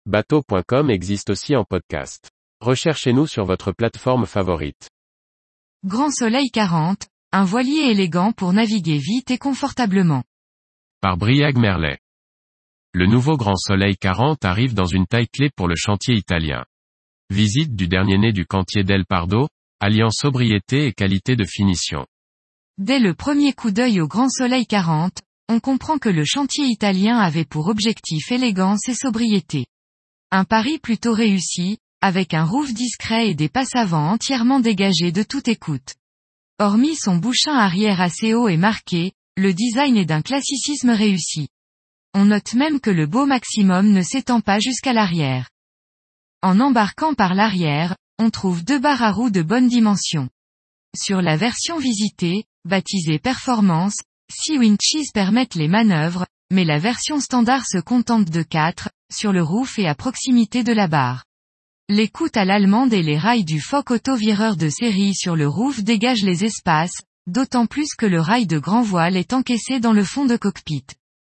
Bateau.com existe aussi en podcast. Recherchez-nous sur votre plateforme favorite. Grand Soleil 40, un voilier élégant pour naviguer vite et confortablement. Par Briag Merlet. Le nouveau Grand Soleil 40 arrive dans une taille clé pour le chantier italien. Visite du dernier né du Cantier del Pardo, alliant sobriété et qualité de finition. Dès le premier coup d'œil au Grand Soleil 40, on comprend que le chantier italien avait pour objectif élégance et sobriété. Un pari plutôt réussi, avec un roof discret et des passes avant entièrement dégagées de toute écoute. Hormis son bouchin arrière assez haut et marqué, le design est d'un classicisme réussi. On note même que le beau maximum ne s'étend pas jusqu'à l'arrière. En embarquant par l'arrière, on trouve deux barres à roues de bonne dimension. Sur la version visitée, baptisée Performance, 6 winches permettent les manœuvres, mais la version standard se contente de 4, sur le roof et à proximité de la barre. L'écoute à l'allemande et les rails du Fock auto-vireur de série sur le roof dégagent les espaces, d'autant plus que le rail de grand voile est encaissé dans le fond de cockpit.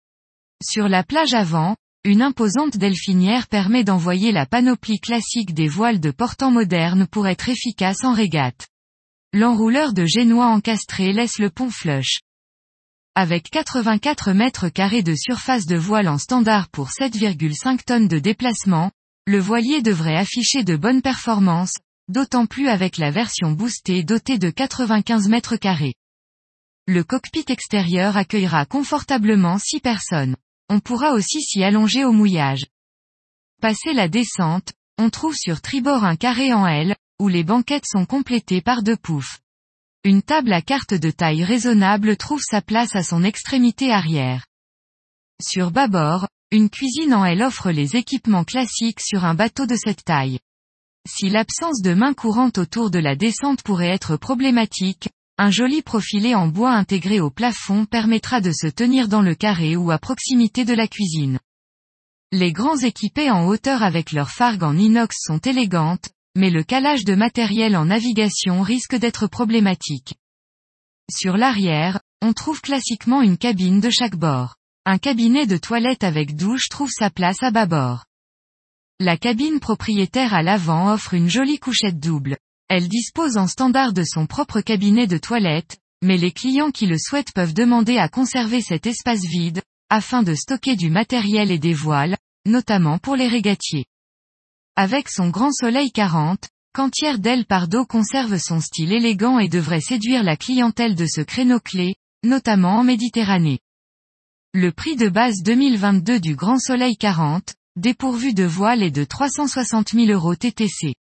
Sur la plage avant, une imposante delphinière permet d'envoyer la panoplie classique des voiles de portant modernes pour être efficace en régate. L'enrouleur de génois encastré laisse le pont flush. Avec 84 mètres carrés de surface de voile en standard pour 7,5 tonnes de déplacement, le voilier devrait afficher de bonnes performances, d'autant plus avec la version boostée dotée de 95 mètres carrés. Le cockpit extérieur accueillera confortablement 6 personnes. On pourra aussi s'y allonger au mouillage. Passé la descente, on trouve sur tribord un carré en L, où les banquettes sont complétées par 2 poufs. Une table à cartes de taille raisonnable trouve sa place à son extrémité arrière. Sur bâbord, une cuisine en L offre les équipements classiques sur un bateau de cette taille. Si l'absence de main courante autour de la descente pourrait être problématique, un joli profilé en bois intégré au plafond permettra de se tenir dans le carré ou à proximité de la cuisine. Les grands équipés en hauteur avec leurs fargues en inox sont élégantes, mais le calage de matériel en navigation risque d'être problématique. Sur l'arrière, on trouve classiquement une cabine de chaque bord. Un cabinet de toilette avec douche trouve sa place à bâbord. La cabine propriétaire à l'avant offre une jolie couchette double. Elle dispose en standard de son propre cabinet de toilette, mais les clients qui le souhaitent peuvent demander à conserver cet espace vide, afin de stocker du matériel et des voiles, notamment pour les régatiers. Avec son Grand Soleil 40, Cantier del Pardo conserve son style élégant et devrait séduire la clientèle de ce créneau clé, notamment en Méditerranée. Le prix de base 2022 du Grand Soleil 40, dépourvu de voile est de 360 000 € TTC.